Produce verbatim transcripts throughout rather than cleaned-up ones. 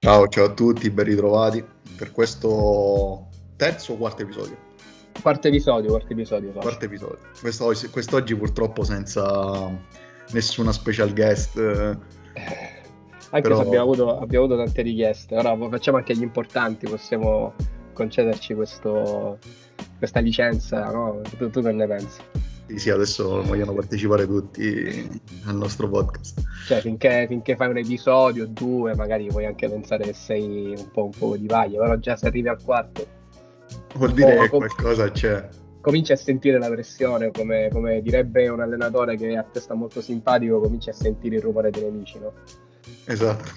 Ciao, ciao a tutti, ben ritrovati per questo terzo o quarto episodio. Quarto episodio, quarto episodio, Quarto Sasha. episodio. Quest'oggi, quest'oggi purtroppo senza nessuna special guest, eh, Eh, Anche se abbiamo però avuto, abbiamo avuto tante richieste, ora facciamo anche gli importanti, possiamo concederci questo, questa licenza, no? Tu, tu che ne pensi? sì, sì, adesso vogliono partecipare tutti al nostro podcast. Cioè, finché, finché fai un episodio, due, magari puoi anche pensare che sei un po', un po' di paglia, però già se arrivi al quarto, Vuol un dire po' che com- qualcosa c'è. cominci a sentire la pressione, come, come direbbe un allenatore che a te sta molto simpatico, cominci a sentire il rumore dei nemici, no? Esatto.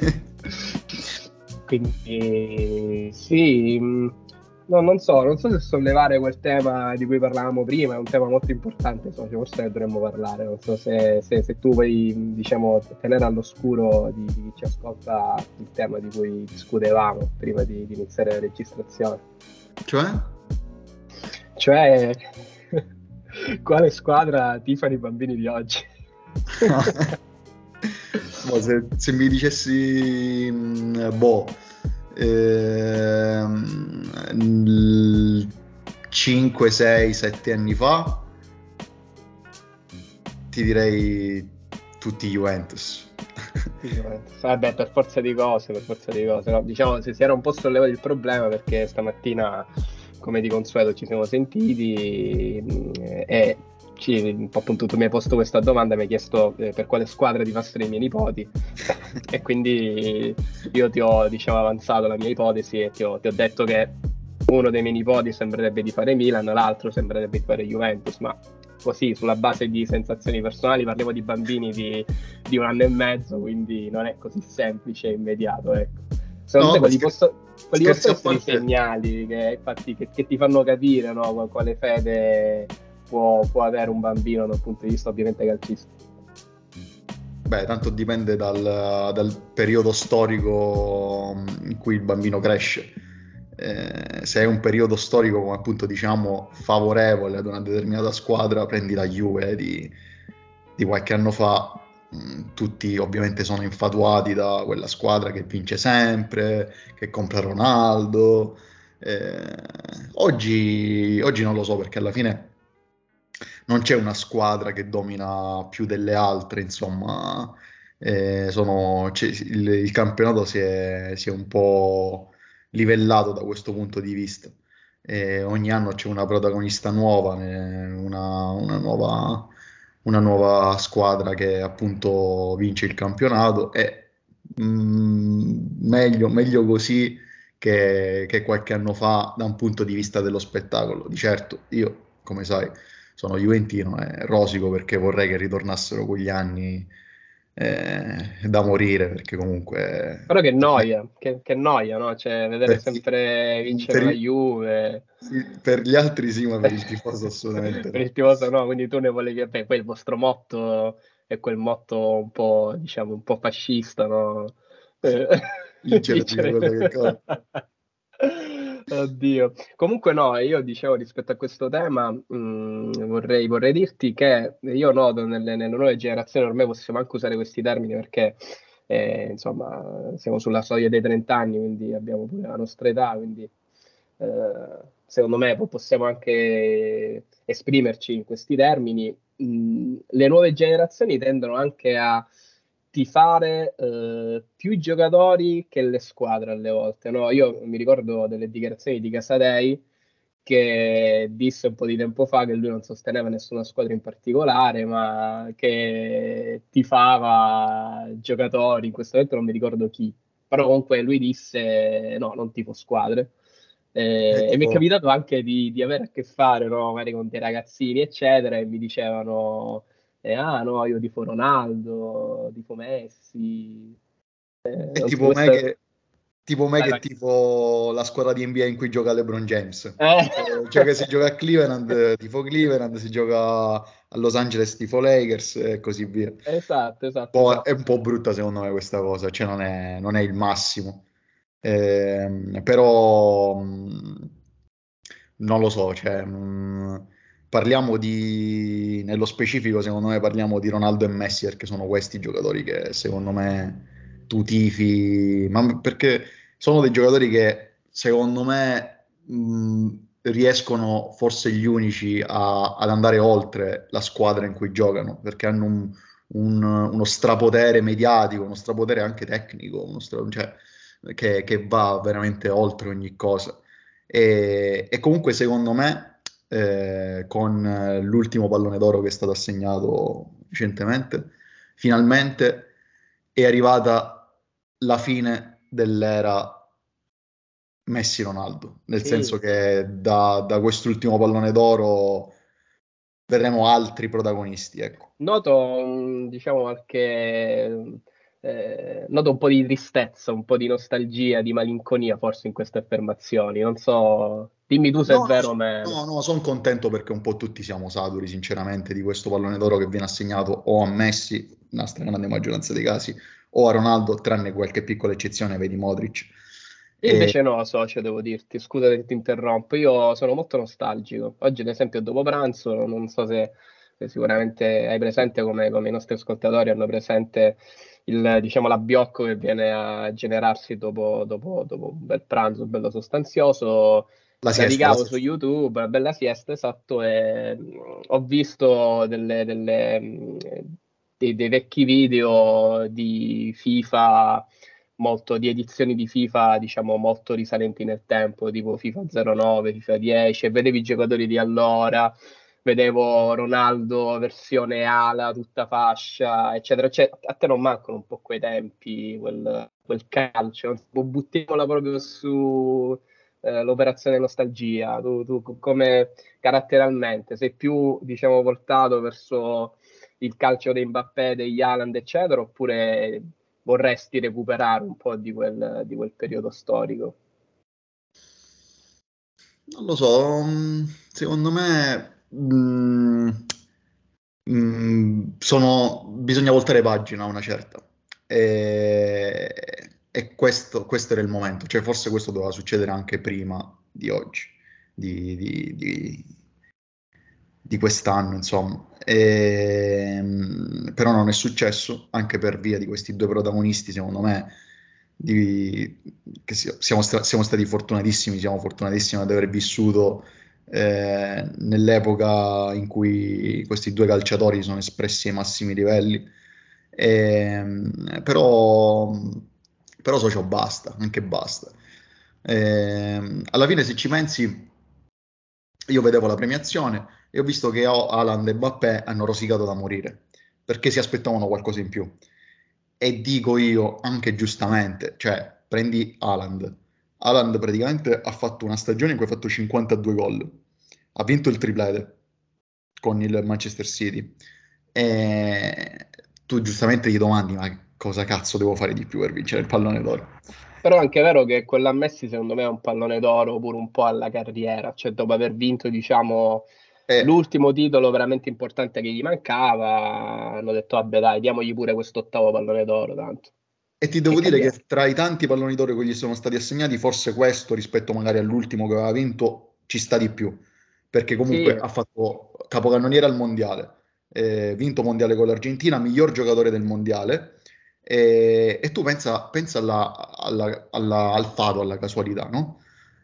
Quindi sì, mh, no, non so, non so se sollevare quel tema di cui parlavamo prima, è un tema molto importante, so, cioè, forse ne dovremmo parlare, non so se, se- se tu vuoi, mh, diciamo, tenere all'oscuro di, di chi ci ascolta il tema di cui discutevamo prima di, di iniziare la registrazione. Cioè? Cioè, quale squadra tifano i bambini di oggi? Boh, se, se mi dicessi, mh, boh, ehm, cinque, sei, sette anni fa, ti direi tutti Juventus. Juventus. Vabbè, per forza di cose, per forza di cose. No? Diciamo, se si era un po' sollevato il problema perché stamattina, come di consueto, ci siamo sentiti mh, e ci, appunto tu mi hai posto questa domanda, mi hai chiesto eh, per quale squadra ti passano i miei nipoti e quindi io ti ho, diciamo, avanzato la mia ipotesi e ti ho, ti ho detto che uno dei miei nipoti sembrerebbe di fare Milan, l'altro sembrerebbe di fare Juventus, ma così sulla base di sensazioni personali parliamo di bambini di di un anno e mezzo, quindi non è così semplice e immediato, ecco. No, Secondo te vabbè, quali, scher- posso- quali scherzi possono a essere i parte. segnali che, infatti, che, che ti fanno capire, no, qual- quale fede può, può avere un bambino dal punto di vista ovviamente calcistico? Beh, tanto dipende dal, dal periodo storico mm, in cui il bambino cresce. Eh, se è un periodo storico, come appunto diciamo, favorevole ad una determinata squadra, prendi la Juve di, di qualche anno fa, mm, tutti ovviamente sono infatuati da quella squadra che vince sempre, che compra Ronaldo. Eh, oggi, oggi non lo so perché alla fine non c'è una squadra che domina più delle altre, insomma, eh, sono- c'è- il, il campionato si è, si è un po' livellato da questo punto di vista. E ogni anno c'è una protagonista nuova, eh, una, una nuova, una nuova squadra che appunto vince il campionato e mm, meglio, meglio così che, che qualche anno fa da un punto di vista dello spettacolo. Di certo, io, come sai, sono juventino e rosico perché vorrei che ritornassero quegli anni eh, da morire, perché comunque Però che per, noia, che, che noia, no? Cioè, vedere per- sempre vincere per la i- Juve. per gli altri sì, ma per il tifoso assolutamente Per no. il tifoso no, quindi tu ne volevi, beh, poi il vostro motto è quel motto un po', diciamo, un po' fascista, no? Eh, Vincere prima vincere. quello che conta. Oddio. Comunque no, io dicevo rispetto a questo tema, mh, vorrei, vorrei dirti che io noto nelle, nelle nuove generazioni, ormai possiamo anche usare questi termini perché eh, insomma siamo sulla soglia dei trenta anni, quindi abbiamo pure la nostra età, quindi eh, secondo me po- possiamo anche esprimerci in questi termini. Mh, le nuove generazioni tendono anche a tifare eh, più i giocatori che le squadre alle volte, no? Io mi ricordo delle dichiarazioni di Casadei che disse un po' di tempo fa che lui non sosteneva nessuna squadra in particolare, ma che tifava giocatori, in questo momento non mi ricordo chi, però comunque lui disse no, non tifo squadre. È Eh, e mi è tipo, capitato anche di, di avere a che fare, no, magari con dei ragazzini, eccetera, e mi dicevano, eh, ah no, io tifo Ronaldo, tifo Messi. Eh, è non so, tipo me questo... che, tipo me Vai, che vai. tifo la squadra di N B A in cui gioca LeBron James. Eh. Cioè, cioè che si gioca a Cleveland, eh, tifo Cleveland, si gioca a Los Angeles, tifo Lakers e così via. Esatto, esatto, Po- è esatto. un po' brutta secondo me questa cosa, cioè non è, non è il massimo. Ehm, però mh, non lo so, cioè, mh, parliamo di, nello specifico secondo me parliamo di Ronaldo e Messi perché sono questi i giocatori che secondo me tu tifi, ma perché sono dei giocatori che secondo me mh, riescono forse gli unici a- ad andare oltre la squadra in cui giocano, perché hanno un- un- uno strapotere mediatico, uno strapotere anche tecnico, uno stra- cioè, che, che va veramente oltre ogni cosa. E, e comunque secondo me, eh, con eh, l'ultimo pallone d'oro che è stato assegnato recentemente, finalmente è arrivata la fine dell'era Messi-Ronaldo, nel senso Sì, che da, da quest'ultimo pallone d'oro verremo altri protagonisti, ecco. noto, mm, diciamo, qualche, eh, noto un po' di tristezza, un po' di nostalgia, di malinconia forse in queste affermazioni. Non so, dimmi tu se è No, vero o meno. no, no, sono contento perché un po' tutti siamo saturi, sinceramente, di questo pallone d'oro che viene assegnato o a Messi, nella stragrande maggioranza dei casi, o a Ronaldo, tranne qualche piccola eccezione, vedi Modric. Io E invece no, socio, devo dirti, scusa se ti interrompo, io sono molto nostalgico. Oggi, ad esempio, dopo pranzo, non so se, se sicuramente hai presente come, come i nostri ascoltatori hanno presente il, diciamo, l'abbiocco che viene a generarsi dopo, dopo- dopo un bel pranzo, bello sostanzioso. la siesta, la Navigavo su siesta. YouTube, una bella siesta, esatto, e mh, ho visto delle, delle, mh, dei, dei vecchi video di FIFA molto di edizioni di FIFA, diciamo, molto risalenti nel tempo, tipo FIFA zero nove, FIFA dieci, e vedevi i giocatori di allora, vedevo Ronaldo versione ala, tutta fascia, eccetera, eccetera. A te non mancano un po' quei tempi, quel, quel calcio, non so, buttiamola proprio su eh, l'operazione nostalgia. Tu, tu come caratterialmente sei più, diciamo, portato verso il calcio dei Mbappé, degli Haaland, eccetera, oppure vorresti recuperare un po' di quel, di quel periodo storico? Non lo so, mm, secondo me mm, mm, sono- bisogna voltare pagina a una certa. E, e questo, questo era il momento, cioè forse questo doveva succedere anche prima di oggi, di, di- di- di quest'anno, insomma. Ehm, però non è successo, anche per via di questi due protagonisti, secondo me, di- che si- siamo, sta- siamo stati fortunatissimi, siamo fortunatissimi ad aver vissuto eh, nell'epoca in cui questi due calciatori sono espressi ai massimi livelli. Ehm, però, però socio basta, anche basta. Ehm, alla fine, se ci pensi, io vedevo la premiazione e ho visto che o Haaland e Mbappé hanno rosicato da morire perché si aspettavano qualcosa in più. E dico io, anche giustamente, cioè, prendi Haaland. Haaland praticamente ha fatto una stagione in cui ha fatto cinquantadue gol, ha vinto il triplete con il Manchester City. E tu giustamente ti domandi, ma cosa cazzo devo fare di più per vincere il pallone d'oro? Però è anche vero che quella a Messi secondo me è un pallone d'oro pure un po' alla carriera, cioè dopo aver vinto, diciamo, E, l'ultimo titolo veramente importante che gli mancava, hanno detto vabbè dai, diamogli pure quest'ottavo pallone d'oro, tanto. e ti Che devo dire cambia? che tra i tanti palloni d'oro che gli sono stati assegnati, forse questo rispetto magari all'ultimo che aveva vinto ci sta di più, perché comunque Sì, ha fatto capocannoniere al mondiale, eh, vinto mondiale con l'Argentina, miglior giocatore del mondiale. E, e tu pensa, pensa alla- alla- alla- al fato, alla casualità, no?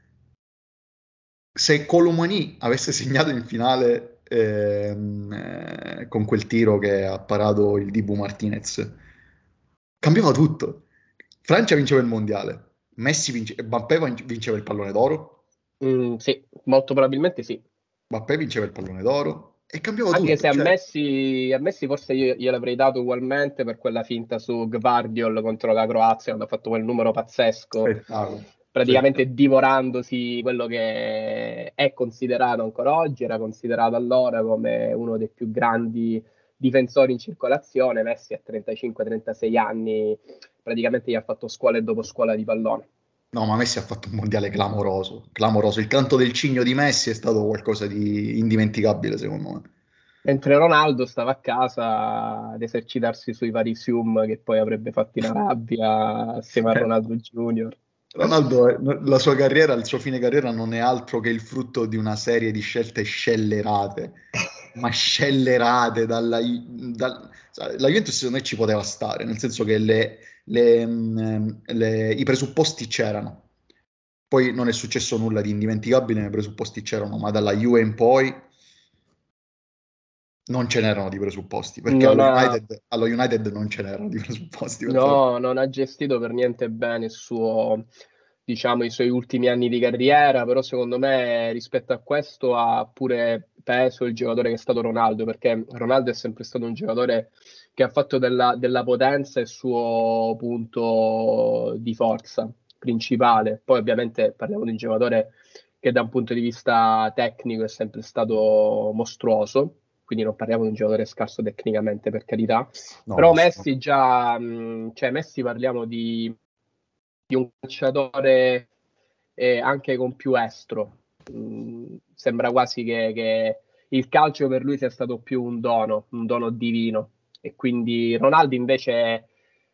Se Colomani avesse segnato in finale ehm, eh, con quel tiro che ha parato il Dibu Martinez, cambiava tutto. Francia vinceva il mondiale, Messi vince, Mbappé vin- vinceva il pallone d'oro, mm, sì, molto probabilmente sì. Mbappé vinceva il pallone d'oro e cambiava Anche tutto. se a Cioè, Messi, a Messi forse io gliel'avrei dato ugualmente per quella finta su Gvardiol contro la Croazia, quando ha fatto quel numero pazzesco, spettacolo, spettacolo. praticamente divorandosi quello che è considerato ancora oggi, era considerato allora come uno dei più grandi difensori in circolazione. Messi a trentacinque trentasei anni praticamente gli ha fatto scuola e dopo scuola di pallone. No, ma Messi ha fatto un mondiale clamoroso, clamoroso. Il canto del cigno di Messi è stato qualcosa di indimenticabile, secondo me. Mentre Ronaldo stava a casa ad esercitarsi sui vari fium che poi avrebbe fatto in Arabia assieme a Ronaldo Junior Ronaldo, è- la sua carriera, il suo fine carriera non è altro che il frutto di una serie di scelte scellerate. ma scellerate dalla, dal- la Juventus secondo me ci poteva stare, nel senso che le- le, mh, le- i presupposti c'erano. Poi non è successo nulla di indimenticabile, i presupposti c'erano, ma dalla Juve in poi non ce n'erano di presupposti, perché Non allo ha, United, allo United non ce n'erano di presupposti per fare. no, non ha gestito per niente bene il suo, diciamo, i suoi ultimi anni di carriera, però secondo me rispetto a questo ha pure peso il giocatore che è stato Ronaldo, perché Ronaldo è sempre stato un giocatore che ha fatto della, della potenza il suo punto di forza principale. Poi ovviamente parliamo di un giocatore che da un punto di vista tecnico è sempre stato mostruoso, quindi non parliamo di un giocatore scarso tecnicamente, per carità. No, Però nessuno. Messi già, mh, cioè Messi parliamo di, di un calciatore eh, anche con più estro. Mh, sembra quasi che, che il calcio per lui sia stato più un dono, un dono divino. E quindi Ronaldo invece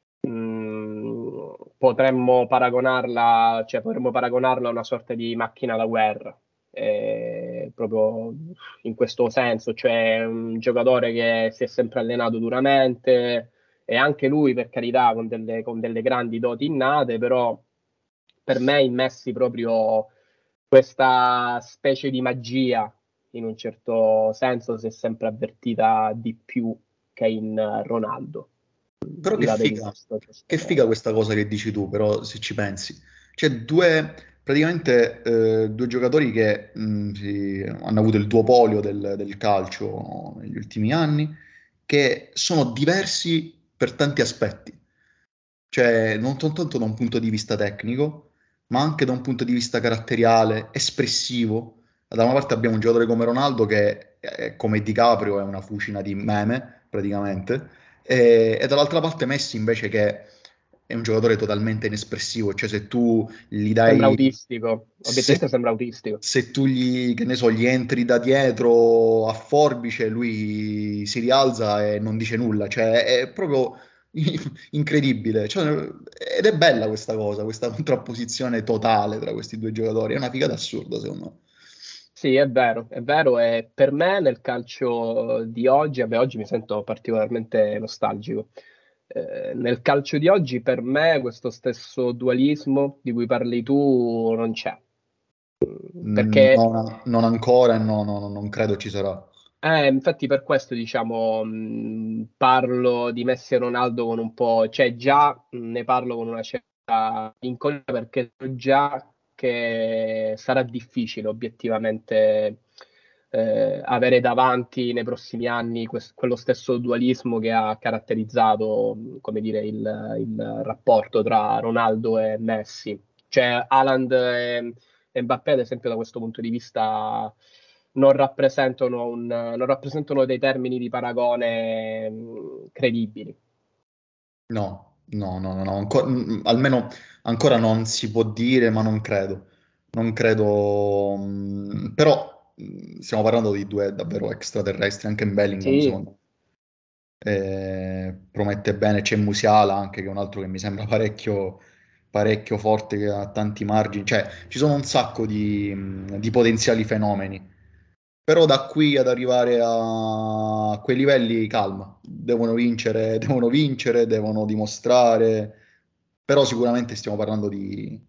mh, potremmo paragonarla, cioè potremmo paragonarlo a una sorta di macchina da guerra. Eh, proprio in questo senso, cioè un giocatore che si è sempre allenato duramente, e anche lui, per carità, con delle, con delle grandi doti innate, però per me in Messi proprio questa specie di magia, in un certo senso, si è sempre avvertita di più che in Ronaldo. Però che La vedi figa, questo? che questo- figa questa cosa che dici tu, però se ci pensi. C'è due, praticamente eh, due giocatori che mh, si- hanno avuto il duopolio del, del calcio negli ultimi anni, che sono diversi per tanti aspetti. Cioè, non soltanto da un punto di vista tecnico, ma anche da un punto di vista caratteriale, espressivo. Da una parte abbiamo un giocatore come Ronaldo che, è, come DiCaprio, è una fucina di meme, praticamente, e, e dall'altra parte Messi invece che è un giocatore totalmente inespressivo, cioè se tu gli Sembra dai, autistico, obiettivamente se, sembra autistico. se tu gli, che ne so, gli entri da dietro a forbice, lui si rialza e non dice nulla, cioè è proprio incredibile. Cioè, ed è bella questa cosa, questa contrapposizione totale tra questi due giocatori, è una figata assurda secondo me. Sì, è vero, è vero, e per me nel calcio di oggi, vabbè, oggi mi sento particolarmente nostalgico. Eh, nel calcio di oggi, per me, questo stesso dualismo di cui parli tu non c'è. Mm, Perché, non, non ancora e no, no, no, non credo ci sarà. eh, infatti, per questo, diciamo, mh, parlo di Messi e Ronaldo con un po', cioè già mh, ne parlo con una certa incognita, perché so già che sarà difficile obiettivamente eh, avere davanti nei prossimi anni quest- quello stesso dualismo che ha caratterizzato, mh, come dire, il, il rapporto tra Ronaldo e Messi. Cioè, Haaland e, e Mbappé, ad esempio, da questo punto di vista non rappresentano, un, non rappresentano dei termini di paragone mh, credibili. No, no, no, no, no, anco- mm, almeno ancora non si può dire, ma non credo. Non credo, mm, però mm, stiamo parlando di due davvero extraterrestri, anche in Bellingham, Sì, secondo me. Eh, promette bene, c'è Musiala anche, che è un altro che mi sembra parecchio, parecchio forte, che ha tanti margini. Cioè, ci sono un sacco di, mm, di potenziali fenomeni. Però da qui ad arrivare a quei livelli, calma, devono vincere, devono vincere, devono dimostrare, però sicuramente stiamo parlando di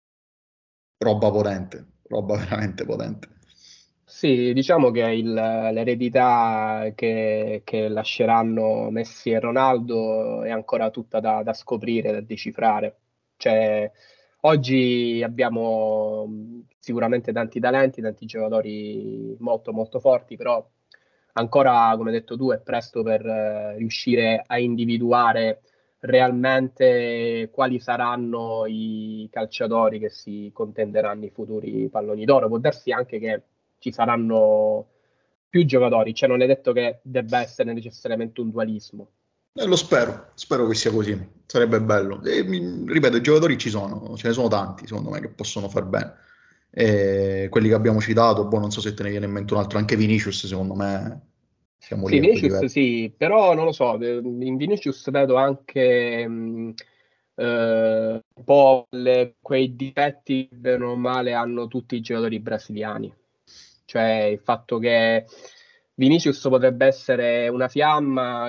roba potente, roba veramente potente. sì, diciamo che il- l'eredità che, che lasceranno Messi e Ronaldo è ancora tutta da, da scoprire, da decifrare. Cioè, oggi abbiamo mh, sicuramente tanti talenti, tanti giocatori molto molto forti, però ancora, come hai detto tu, è presto per eh, riuscire a individuare realmente quali saranno i calciatori che si contenderanno i futuri palloni d'oro. Può darsi anche che ci saranno più giocatori, cioè non è detto che debba essere necessariamente un dualismo. E lo spero, spero che sia così, sarebbe bello. E, mi- ripeto, i giocatori ci sono, ce ne sono tanti, secondo me, che possono far bene. E quelli che abbiamo citato, boh, non so se te ne viene in mente un altro, anche Vinicius, secondo me, siamo lì Sì, a quei Vinicius livelli. sì, però non lo so, eh, in Vinicius vedo anche mh, eh, un po' le- quei difetti che bene o male hanno tutti i giocatori brasiliani. Cioè il fatto che Vinicius potrebbe essere una fiamma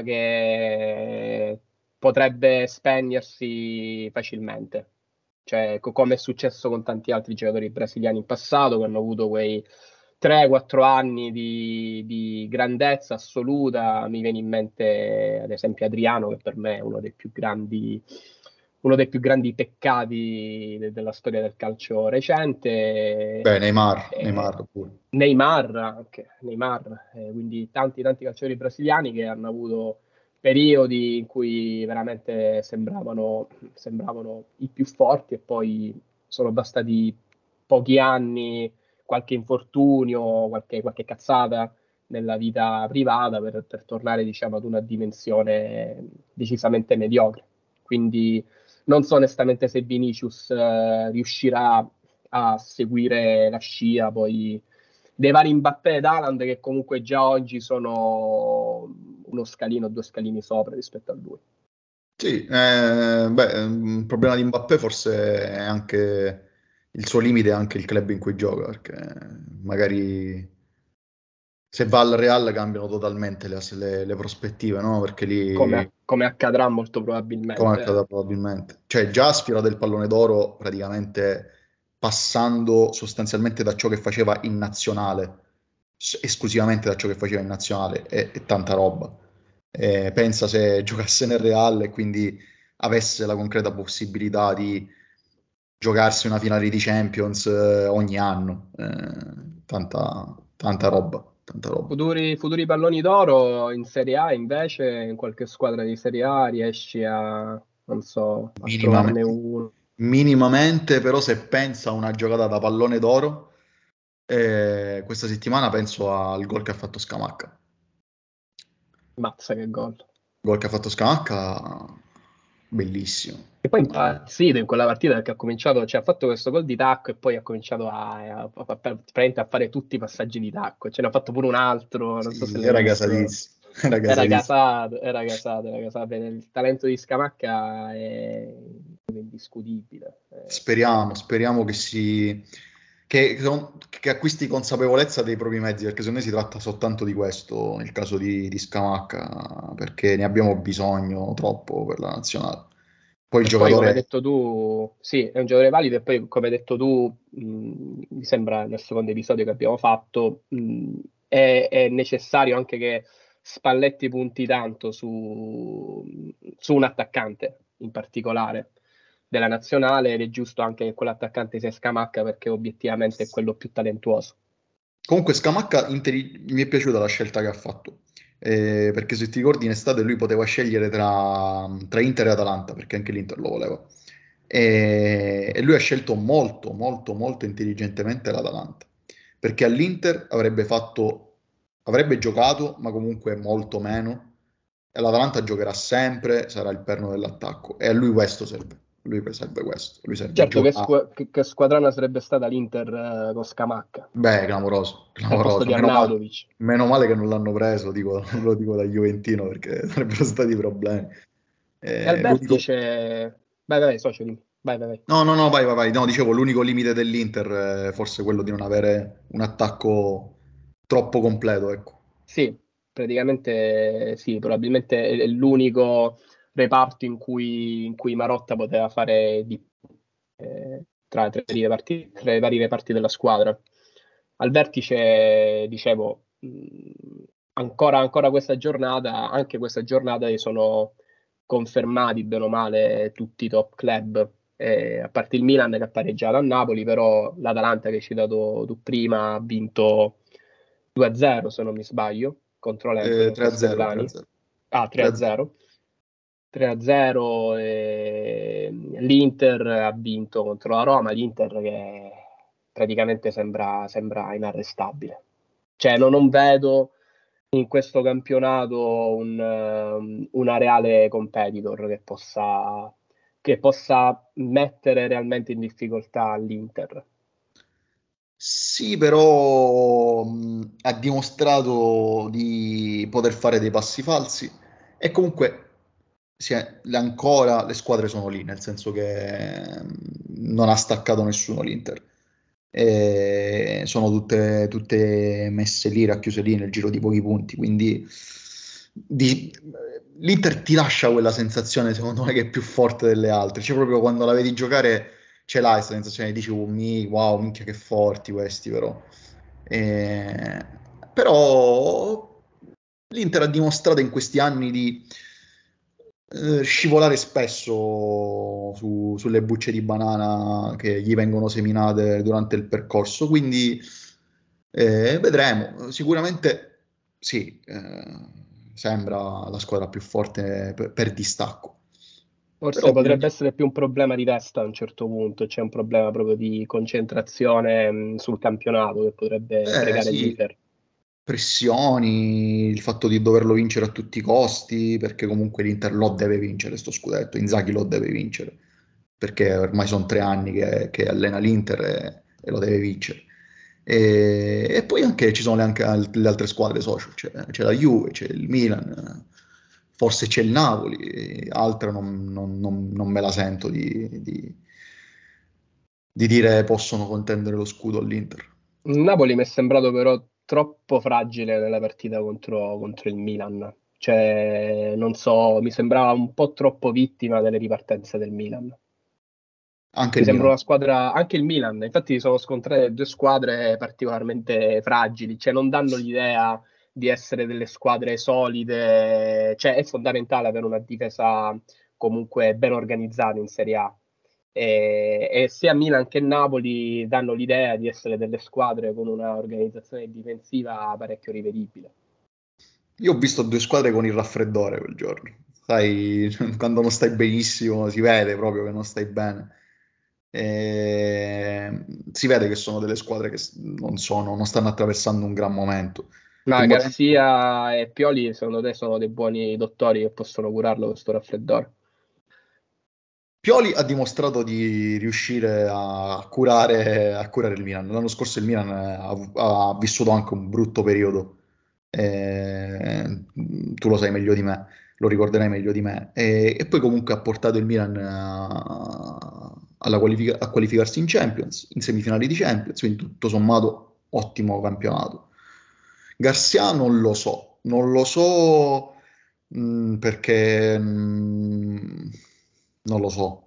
che potrebbe spegnersi facilmente, cioè co- come è successo con tanti altri giocatori brasiliani in passato che hanno avuto quei tre quattro anni di, di grandezza assoluta. Mi viene in mente ad esempio Adriano, che per me è uno dei più grandi, uno dei più grandi peccati de- della storia del calcio recente. Beh, Neymar, Eh, Neymar pure. Neymar, anche Neymar, eh, quindi tanti tanti calciatori brasiliani che hanno avuto periodi in cui veramente sembravano, sembravano i più forti, e poi sono bastati pochi anni, qualche infortunio, qualche, qualche cazzata nella vita privata per, per tornare, diciamo, ad una dimensione decisamente mediocre. Quindi non so onestamente se Vinicius eh, riuscirà a seguire la scia poi dei vari Mbappé ed Haaland, che comunque già oggi sono uno scalino, due scalini sopra rispetto a lui. Sì, eh, beh, il problema di Mbappé forse è anche il suo limite, è anche il club in cui gioca, perché magari se va al Real cambiano totalmente le, le- le prospettive, no? Perché lì, come, come accadrà molto come probabilmente. accadrà probabilmente, cioè già ha sfiorato il pallone d'oro praticamente passando sostanzialmente da ciò che faceva in nazionale, s- esclusivamente da ciò che faceva in nazionale, e, e tanta roba. Eh, pensa se giocasse nel Real e quindi avesse la concreta possibilità di giocarsi una finale di Champions eh, ogni anno. Eh, tanta, tanta roba, tanta roba. Futuri, futuri palloni d'oro in Serie A, invece, in qualche squadra di Serie A riesci a, non so, a trovarne Minimamente, uno. minimamente, però se pensa a una giocata da pallone d'oro, eh, questa settimana penso al gol che ha fatto Scamacca. Mazza che gol. Il gol che ha fatto Scamacca, bellissimo. E poi è impazzito in quella partita perché ha cominciato, cioè ha fatto questo gol di tacco e poi ha cominciato a, a, a- a- praticamente a fare tutti i passaggi di tacco. Ce n'ha fatto pure un altro, non so se Sì, l'hai era visto. gasatissimo, era Era gasatissimo. gasato, era gasato, era gasato. Il talento di Scamacca è indiscutibile. Eh, Speriamo, speriamo che si che, che acquisti consapevolezza dei propri mezzi, perché secondo me si tratta soltanto di questo nel caso di, di Scamacca, perché ne abbiamo bisogno troppo per la nazionale. Poi il E poi, come hai giocatore, detto tu, sì, è un giocatore valido. E poi, come hai detto tu, mh, mi sembra nel secondo episodio che abbiamo fatto, mh, è, è necessario anche che Spalletti punti tanto su, su un attaccante in particolare della nazionale, ed è giusto anche che quell'attaccante sia Scamacca perché obiettivamente è quello più talentuoso. comunque Scamacca intelli- mi è piaciuta la scelta che ha fatto. Eh, perché se ti ricordi in estate lui poteva scegliere tra, tra Inter e Atalanta, perché anche l'Inter lo voleva. E, e lui ha scelto molto, molto, molto intelligentemente l'Atalanta, perché all'Inter avrebbe fatto, avrebbe giocato, ma comunque molto meno, e l'Atalanta giocherà sempre, sarà il perno dell'attacco, e a lui questo serve, a lui serve questo, lui serve Certo che, giocare. squa- che- che squadrana sarebbe stata l'Inter eh, con Scamacca Beh, clamoroso, al posto clamoroso. di Meno male, Arnautovic. meno male che non l'hanno preso, dico, lo dico da Juventino perché sarebbero stati problemi. E al Eh, l'unico... vertice... Vai, vai, socio, dimmi. Vai, vai, vai. No, no, no, vai, vai, vai. No, dicevo, l'unico limite dell'Inter è forse quello di non avere un attacco troppo completo, ecco. Sì, praticamente sì, probabilmente è è l'unico reparto in cui, in cui Marotta poteva fare di eh, tra, tra i reparti, tra i vari reparti della squadra. Al vertice, dicevo, mh, ancora, ancora questa giornata, anche questa giornata si sono confermati bene o male tutti i top club, eh, a parte il Milan che ha pareggiato a Napoli, però l'Atalanta che hai citato tu prima ha vinto due a zero se non mi sbaglio contro Eh, l'Empoli a tre a zero, tre a Castellani. zero. Ah, tre a zero. tre a zero. tre a zero e l'Inter ha vinto contro la Roma, l'Inter che praticamente sembra, sembra inarrestabile. Cioè, no- non vedo in questo campionato un, um, una reale competitor che possa, che possa mettere realmente in difficoltà l'Inter. Sì, però mh, ha dimostrato di poter fare dei passi falsi e comunque si è- le- ancora le squadre sono lì, nel senso che mh, non ha staccato nessuno l'Inter. e sono tutte, tutte messe lì, racchiuse lì nel giro di pochi punti, quindi di- l'Inter ti lascia quella sensazione, secondo me, che è più forte delle altre, cioè proprio quando la vedi giocare ce l'hai questa sensazione, dici, "Oh, mi- wow, minchia che forti questi però." Eh, però l'Inter ha dimostrato in questi anni di eh, scivolare spesso su- sulle bucce di banana che gli vengono seminate durante il percorso, quindi eh, vedremo. Sicuramente sì, eh, sembra la squadra più forte per, per distacco. Però Forse potrebbe bisogna- essere più un problema di testa a un certo punto, c'è un problema proprio di concentrazione mh, sul campionato che potrebbe eh, fregare sì, l'Inter. pressioni, il fatto di doverlo vincere a tutti i costi, perché comunque l'Inter lo deve vincere sto scudetto, Inzaghi lo deve vincere, perché ormai sono tre anni che, che allena l'Inter e, e lo deve vincere. E, e poi anche ci sono le, anche al- le altre squadre social, c'è, c'è la Juve, c'è il Milan, forse c'è il Napoli, altre non, non- non- non me la sento di, di- di dire possono contendere lo scudo all'Inter. Il Napoli mi è sembrato però troppo fragile nella partita contro, contro il Milan, cioè non so, mi sembrava un po' troppo vittima delle ripartenze del Milan. Anche Mi il sembra Milan. una squadra, anche il Milan, infatti sono scontrate due squadre particolarmente fragili, cioè non danno l'idea di essere delle squadre solide, cioè è fondamentale avere una difesa comunque ben organizzata in Serie A. E, e sia Milan che Napoli danno l'idea di essere delle squadre con una organizzazione difensiva parecchio rivedibile. Io ho visto due squadre con il raffreddore quel giorno. Sai, quando non stai benissimo, si vede proprio che non stai bene. E si vede che sono delle squadre che s- non sono, non stanno attraversando un gran momento. Ma Timorento, Garzia e Pioli, secondo te, sono dei buoni dottori che possono curarlo questo raffreddore? Pioli ha dimostrato di riuscire a curare, a curare il Milan. L'anno scorso il Milan ha, ha vissuto anche un brutto periodo. Eh, tu lo sai meglio di me, lo ricorderai meglio di me. E, e poi comunque ha portato il Milan a, alla qualifica- a qualificarsi in Champions, in semifinali di Champions, quindi tutto sommato ottimo campionato. Garcia non lo so, non lo so mh, perché mh, non lo so.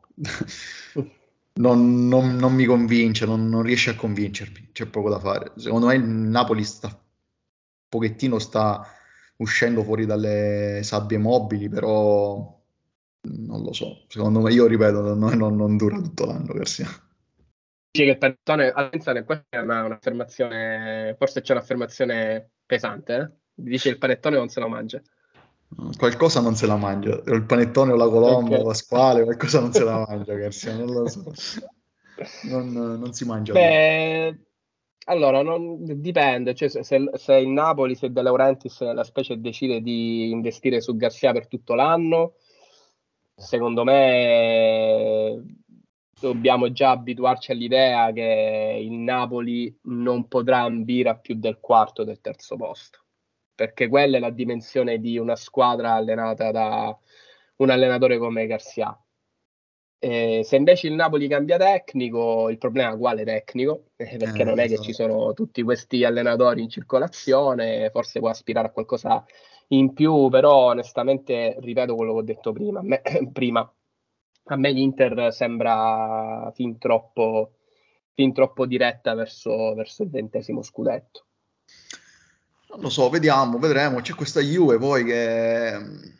Non, non- non mi convince, non, non riesce a convincermi, c'è poco da fare. Secondo me il Napoli sta un pochettino sta uscendo fuori dalle sabbie mobili, però non lo so. Secondo me, io ripeto, non, non- non dura tutto l'anno, Garcia. Dici che il panettone, attenzione, questa è una- un'affermazione, forse c'è un'affermazione pesante, eh? Dice che il panettone non se lo mangia. Qualcosa non se la mangia, o il panettone o la Ok. colomba o Pasquale, qualcosa non se la mangia, Garcia, non lo so. Non, non si mangia tutto. Beh, allora, non- dipende, cioè, se, se- se il Napoli, se De Laurentiis nella specie decide di investire su Garcia per tutto l'anno, secondo me dobbiamo già abituarci all'idea che il Napoli non potrà ambire a più del quarto o del terzo posto, perché quella è la dimensione di una squadra allenata da un allenatore come Garcia. Eh, se invece il Napoli cambia tecnico, il problema è quale tecnico, Eh, perché Eh, non è che ci esatto. sono tutti questi allenatori in circolazione, forse può aspirare a qualcosa in più, però onestamente ripeto quello che ho detto prima. A me, prima, a me l'Inter sembra fin troppo, fin troppo diretta verso, verso il ventesimo scudetto. Non lo so, vediamo, vedremo. C'è questa Juve poi che,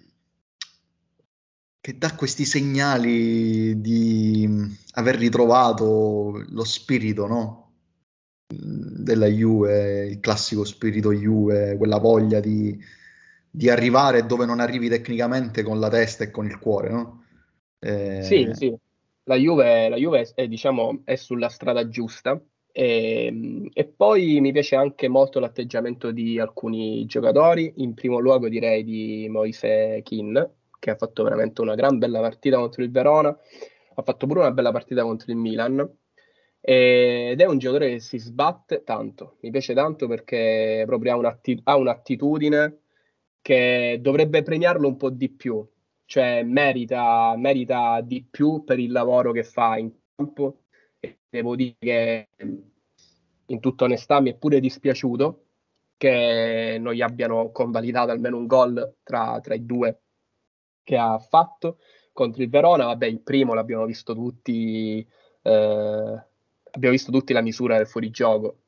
che dà questi segnali di aver ritrovato lo spirito, no? Della Juve, il classico spirito Juve, quella voglia di, di arrivare dove non arrivi tecnicamente con la testa e con il cuore, no? Sì, Eh, sì, la Juve, la Juve è, diciamo, è sulla strada giusta e, e poi mi piace anche molto l'atteggiamento di alcuni giocatori, in primo luogo direi di Moise Kean, che ha fatto veramente una gran bella partita contro il Verona, ha fatto pure una bella partita contro il Milan ed è un giocatore che si sbatte tanto, mi piace tanto perché proprio ha un'atti- ha un'attitudine che dovrebbe premiarlo un po' di più, cioè merita, merita di più per il lavoro che fa in campo. E devo dire che in tutta onestà mi è pure dispiaciuto che non gli abbiano convalidato almeno un gol tra, tra i due che ha fatto contro il Verona. Vabbè, il primo l'abbiamo visto tutti, eh, abbiamo visto tutti la misura del fuorigioco,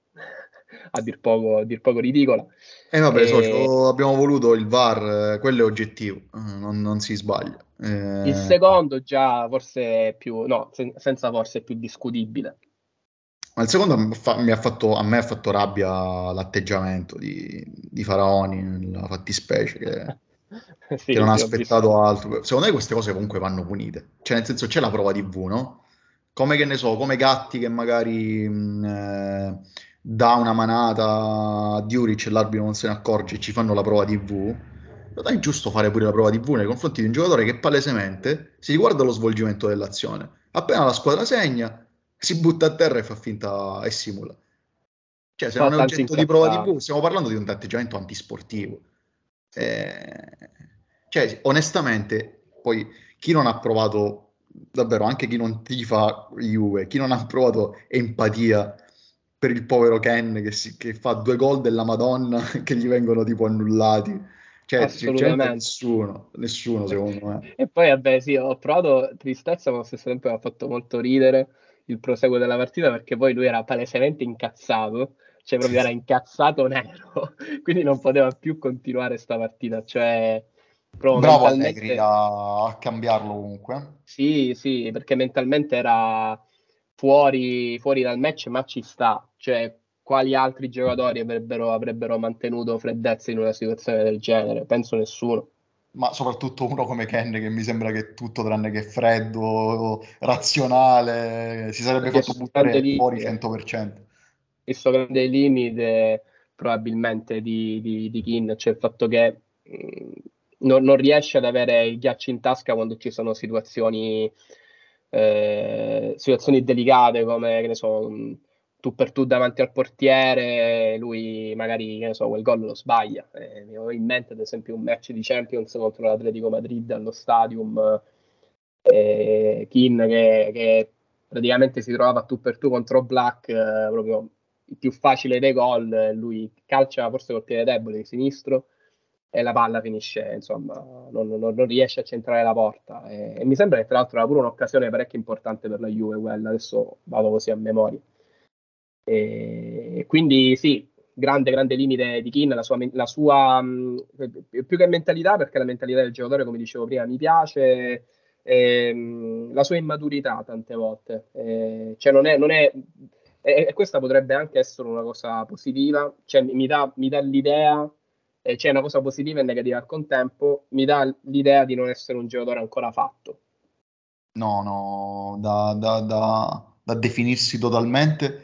a dir poco, a dir poco ridicola. E vabbè, E socio, abbiamo voluto il V A R, eh, quello è oggettivo, eh, non, non si sbaglia. il Eh, secondo già forse è più, no, sen- senza forse è più discutibile. ma il secondo mi fa- mi ha fatto, a me ha fatto rabbia l'atteggiamento di, di Faraoni, nella fattispecie, che, che non Sì, ha sì, ho visto. aspettato altro. Secondo me queste cose comunque vanno punite. Cioè, nel senso, c'è la prova T V, no? Come che ne so, come Gatti che magari mh, eh, dà una manata a Diuric e l'arbitro non se ne accorge e ci fanno la prova T V. Però è giusto fare pure la prova T V nei confronti di un giocatore che palesemente si riguarda lo svolgimento dell'azione. Appena la squadra segna, si butta a terra e fa finta e simula. Cioè, se non Fa è tanto oggetto di prova incazzare. T V, stiamo parlando di un atteggiamento antisportivo. Sì. Eh, cioè, onestamente, poi chi non ha provato, davvero, anche chi non tifa Juve, chi non ha provato empatia per il povero Ken che, si- che fa due gol della Madonna che gli vengono tipo annullati. Cioè, sinceramente Assolutamente. nessuno, nessuno secondo me. E poi, vabbè, sì, ho provato tristezza, ma allo stesso tempo mi ha fatto molto ridere il proseguo della partita perché poi lui era palesemente incazzato, cioè proprio era incazzato nero, quindi non poteva più continuare sta partita, cioè proprio Bravo Allegri mentalmente, a, a cambiarlo comunque. sì, sì, perché mentalmente era fuori, fuori dal match, ma ci sta, cioè quali altri giocatori avrebbero, avrebbero mantenuto freddezza in una situazione del genere? Penso nessuno. Ma soprattutto uno come Ken che mi sembra che tutto tranne che freddo, razionale, si sarebbe Perché fatto sto grande buttare fuori limite, cento per cento. questo grande limite probabilmente di, di, di Keane, cioè il fatto che mh, non, non riesce ad avere il ghiaccio in tasca quando ci sono situazioni, eh, situazioni delicate come, che ne so, mh, tu per tu davanti al portiere, lui magari, che ne so, quel gol lo sbaglia. Eh, mi ho in mente ad esempio un match di Champions contro l'Atletico Madrid allo Stadium, eh, Keane che, che praticamente si trovava tu per tu contro Black, eh, proprio il più facile dei gol, eh, lui calcia forse col piede debole di sinistro e la palla finisce, insomma, non, non- non riesce a centrare la porta. E, e mi sembra che tra l'altro era pure un'occasione parecchio importante per la Juve quella, adesso vado così a memoria. E quindi sì, grande, grande limite di Keane, la sua, la sua mh, più che mentalità, perché la mentalità del giocatore, come dicevo prima, mi piace, ehm, la sua immaturità tante volte. Eh, cioè non è, non è, e, e questa potrebbe anche essere una cosa positiva, cioè mi, mi dà, mi dà l'idea, eh, c'è una cosa positiva e negativa al contempo, mi dà l'idea di non essere un giocatore ancora fatto. No, no, da, da- da- da definirsi totalmente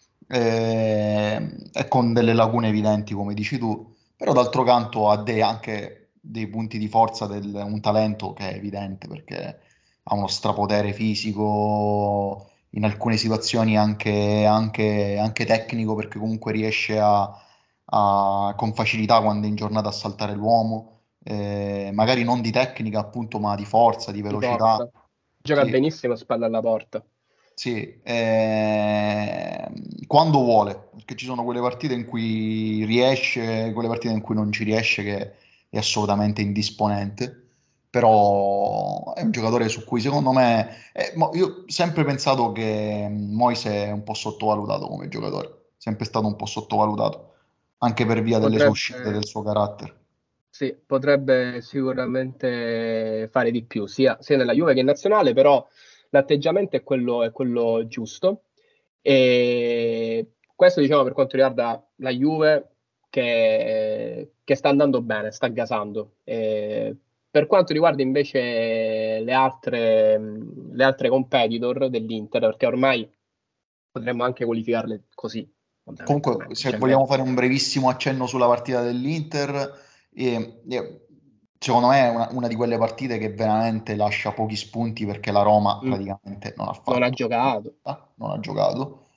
eh, e con delle lacune evidenti, come dici tu, però d'altro canto ha dei- anche dei punti di forza, del- un talento che è evidente perché ha uno strapotere fisico, in alcune situazioni anche, anche- anche tecnico, perché comunque riesce a, a- con facilità quando è in giornata a saltare l'uomo, eh, magari non di tecnica appunto, ma di forza, di Di velocità. forza. Gioca Sì, benissimo a spalla alla porta. sì, ehm, quando vuole, perché ci sono quelle partite in cui riesce, quelle partite in cui non ci riesce, che è assolutamente indisponente, però è un giocatore su cui secondo me, eh, mo- io ho sempre pensato che Moise è un po' sottovalutato come giocatore, sempre stato un po' sottovalutato, anche per via delle sue uscite, Potrebbe, del suo carattere. sì, potrebbe sicuramente fare di più, sia, sia nella Juve che in nazionale, però l'atteggiamento è quello, è quello giusto. E questo diciamo per quanto riguarda la Juve che, che sta andando bene, sta gasando. E per quanto riguarda invece le altre, le altre competitor dell'Inter, perché ormai potremmo anche qualificarle così, Comunque, fondamentalmente. se Cioè, vogliamo fare un brevissimo accenno sulla partita dell'Inter, eh, eh, secondo me è una, una di quelle partite che veramente lascia pochi spunti perché la Roma mm, praticamente non ha non ha fatto giocato. nulla, non ha giocato.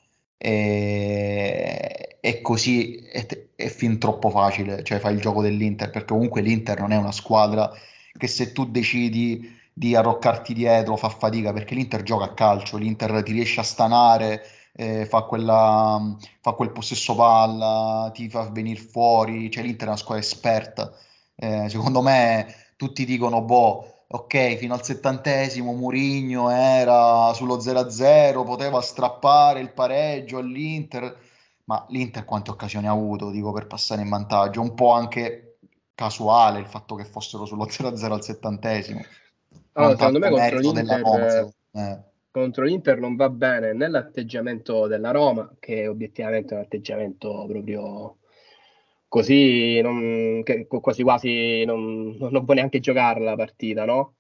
E, e così è, è fin troppo facile, cioè fai il gioco dell'Inter, perché comunque l'Inter non è una squadra che se tu decidi di arroccarti dietro fa fatica, perché l'Inter gioca a calcio, l'Inter ti riesce a stanare, eh, fa, quella, fa quel possesso palla, ti fa venire fuori, cioè l'Inter è una squadra esperta. Eh, secondo me tutti dicono, boh, ok, fino al settantesimo Mourinho era sullo zero a zero, poteva strappare il pareggio all'Inter, ma l'Inter quante occasioni ha avuto, dico, per passare in vantaggio? Un po' anche casuale il fatto che fossero sullo zero a zero al settantesimo, Allora, non secondo me tanto contro merito della Roma, l'Inter, secondo me. contro l'Inter non va bene né l'atteggiamento della Roma, che obiettivamente è un atteggiamento proprio così, non- che quasi quasi non, non può neanche giocare la partita, no?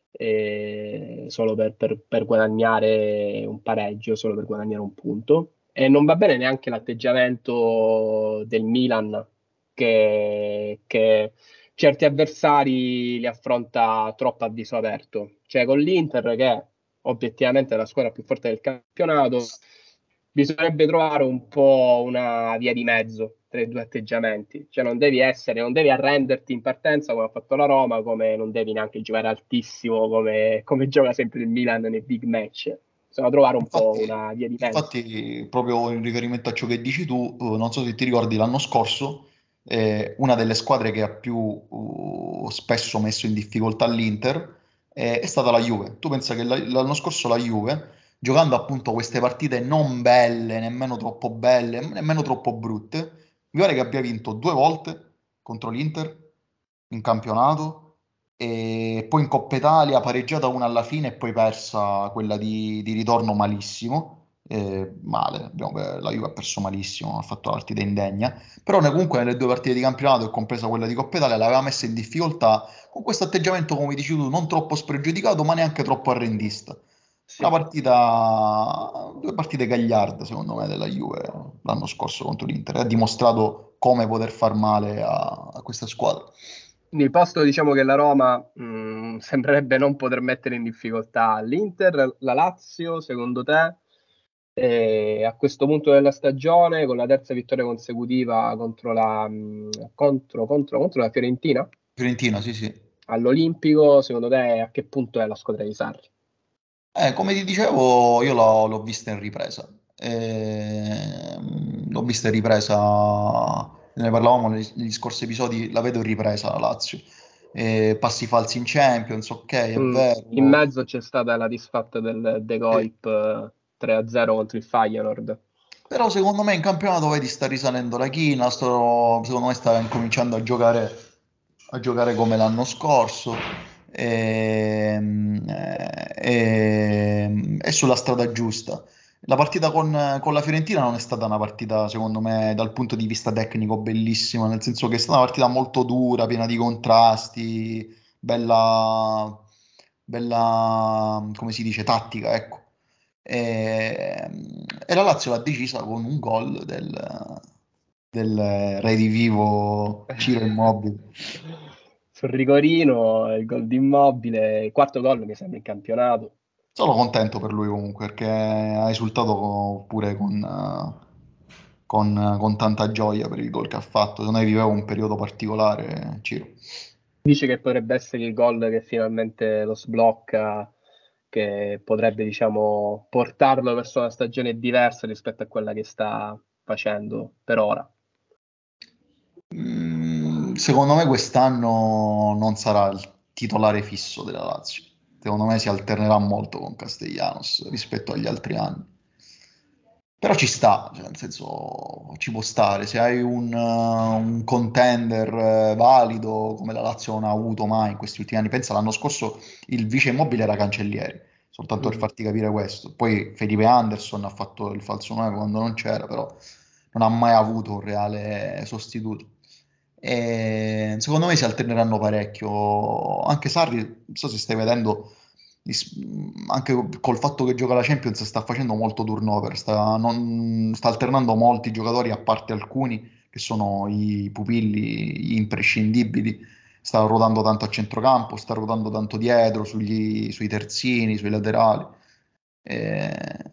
E solo per, per- per guadagnare un pareggio, solo per guadagnare un punto. E non va bene neanche l'atteggiamento del Milan, che, che certi avversari li affronta troppo a viso aperto. Cioè con l'Inter, che obiettivamente è la squadra più forte del campionato, bisognerebbe trovare un po' una via di mezzo tra i due atteggiamenti. Cioè non devi essere, non devi arrenderti in partenza come ha fatto la Roma, come non devi neanche giocare altissimo come, come gioca sempre il Milan nei big match. Bisogna trovare un po' Infatti, una via di mezzo. infatti, proprio in riferimento a ciò che dici tu, eh, non so se ti ricordi l'anno scorso, eh, una delle squadre che ha più uh, spesso messo in difficoltà l'Inter eh, è stata la Juve. Tu pensa che la- l'anno scorso la Juve, giocando appunto queste partite non belle, nemmeno troppo belle, nemmeno troppo brutte, mi pare che abbia vinto due volte contro l'Inter in campionato e poi in Coppa Italia pareggiata una alla fine e poi persa quella di, di ritorno malissimo. Eh, male, abbiamo- la Juve ha perso malissimo, ha fatto la partita indegna, però ne- comunque nelle due partite di campionato e compresa quella di Coppa Italia l'aveva messa in difficoltà con questo atteggiamento, come dici tu, non troppo spregiudicato ma neanche troppo arrendista. Una Sì. partita, due partite gagliarde secondo me della Juve l'anno scorso contro l'Inter, ha dimostrato come poter far male a, a questa squadra. Nel posto diciamo che la Roma mh, sembrerebbe non poter mettere in difficoltà l'Inter, la Lazio, secondo te, eh, a questo punto della stagione, con la terza vittoria consecutiva contro la, mh, contro, contro, contro la Fiorentina, Fiorentina, sì, sì. all'Olimpico, secondo te a che punto è la squadra di Sarri? Eh, come ti dicevo, io l'ho l'ho vista in ripresa. Ehm, l'ho vista in ripresa, ne parlavamo negli, negli scorsi episodi, la vedo in ripresa la Lazio. Eh, passi falsi in Champions, ok, è Mm, in vero. mezzo c'è stata la disfatta del De Eh, Goip eh, tre a zero contro il Feyenoord. Però secondo me in campionato vedi sta risalendo la china, sto- secondo me sta incominciando a giocare, a giocare come l'anno scorso. Ehm, eh, ehm, è sulla strada giusta. La partita con, con la Fiorentina non è stata una partita, secondo me, dal punto di vista tecnico bellissima, nel senso che è stata una partita molto dura, piena di contrasti, bella, bella, come si dice, tattica, ecco. E, e la Lazio l'ha decisa con un gol del, del redivivo Ciro Immobile. Sul rigorino, il gol di Immobile, il quarto gol mi sembra in campionato. Sono contento per lui comunque perché ha esultato pure con, eh, con, con tanta gioia per il gol che ha fatto. Secondo me viveva un periodo particolare, Ciro. Dice che potrebbe essere il gol che finalmente lo sblocca, che potrebbe, diciamo, portarlo verso una stagione diversa rispetto a quella che sta facendo per ora. Mm, secondo me quest'anno non sarà il titolare fisso della Lazio. Secondo me si alternerà molto con Castellanos rispetto agli altri anni. Però ci sta, cioè, nel senso ci può stare. Se hai un, eh, un contender eh, valido come la Lazio non ha avuto mai in questi ultimi anni, pensa l'anno scorso il vice Immobile era Cancellieri, soltanto per Mm. farti capire questo. Poi Felipe Anderson ha fatto il falso nove quando non c'era, però non ha mai avuto un reale sostituto. E secondo me si alterneranno parecchio. Anche Sarri, non so se stai vedendo, is- anche col fatto che gioca la Champions, sta facendo molto turnover, sta, non- sta alternando molti giocatori, a parte alcuni che sono i pupilli, gli imprescindibili. Sta ruotando tanto a centrocampo, sta ruotando tanto dietro, sugli- sui terzini, sui laterali. E,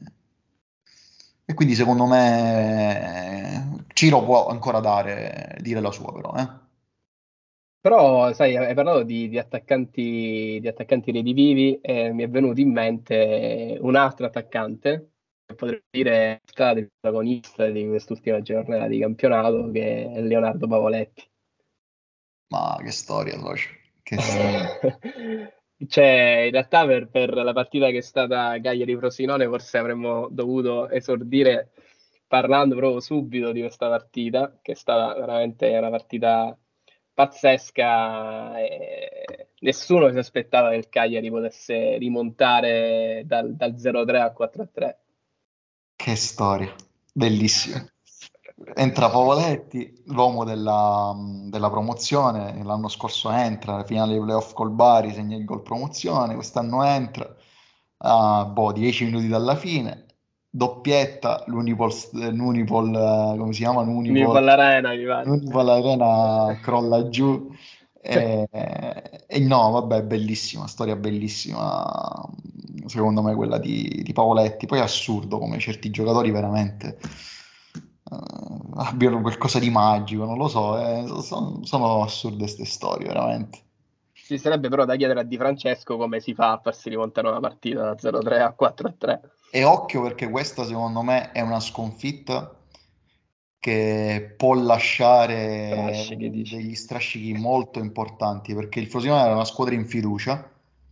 e quindi secondo me eh, Ciro può ancora dare, dire la sua, però, eh. Però, sai, hai parlato di, di attaccanti, di attaccanti redivivi e mi è venuto in mente un altro attaccante, potrei dire è il protagonista di quest'ultima giornata di campionato, che è Leonardo Pavoletti. Ma che storia, socio. Che storia. Cioè, in realtà per, per la partita che è stata Cagliari-Frosinone forse avremmo dovuto esordire parlando proprio subito di questa partita, che è stata veramente una partita pazzesca. E nessuno si aspettava che il Cagliari potesse rimontare dal, dal zero tre al quattro tre. Che storia. Bellissimo. Entra Pavoletti, l'uomo della, della promozione, l'anno scorso entra, alla finale dei playoff col Bari, segna il gol promozione, quest'anno entra, a boh, dieci minuti dalla fine, doppietta, l'Unipol, l'Unipol, eh, come si chiama? Mi L'Unipol, fa l'arena, mi pare. l'Unipol Arena crolla giù. E, e no, vabbè, bellissima, storia bellissima, secondo me quella di, di Pavoletti. Poi è assurdo come certi giocatori veramente eh, abbiano qualcosa di magico, non lo so, eh, sono, sono assurde queste storie, veramente. Ci sarebbe però da chiedere a Di Francesco come si fa a farsi rimontare una partita da zero tre a quattro tre. E occhio perché questa secondo me è una sconfitta che può lasciare Strascichi, un- dici. degli strascichi molto importanti perché il Frosinone era una squadra in fiducia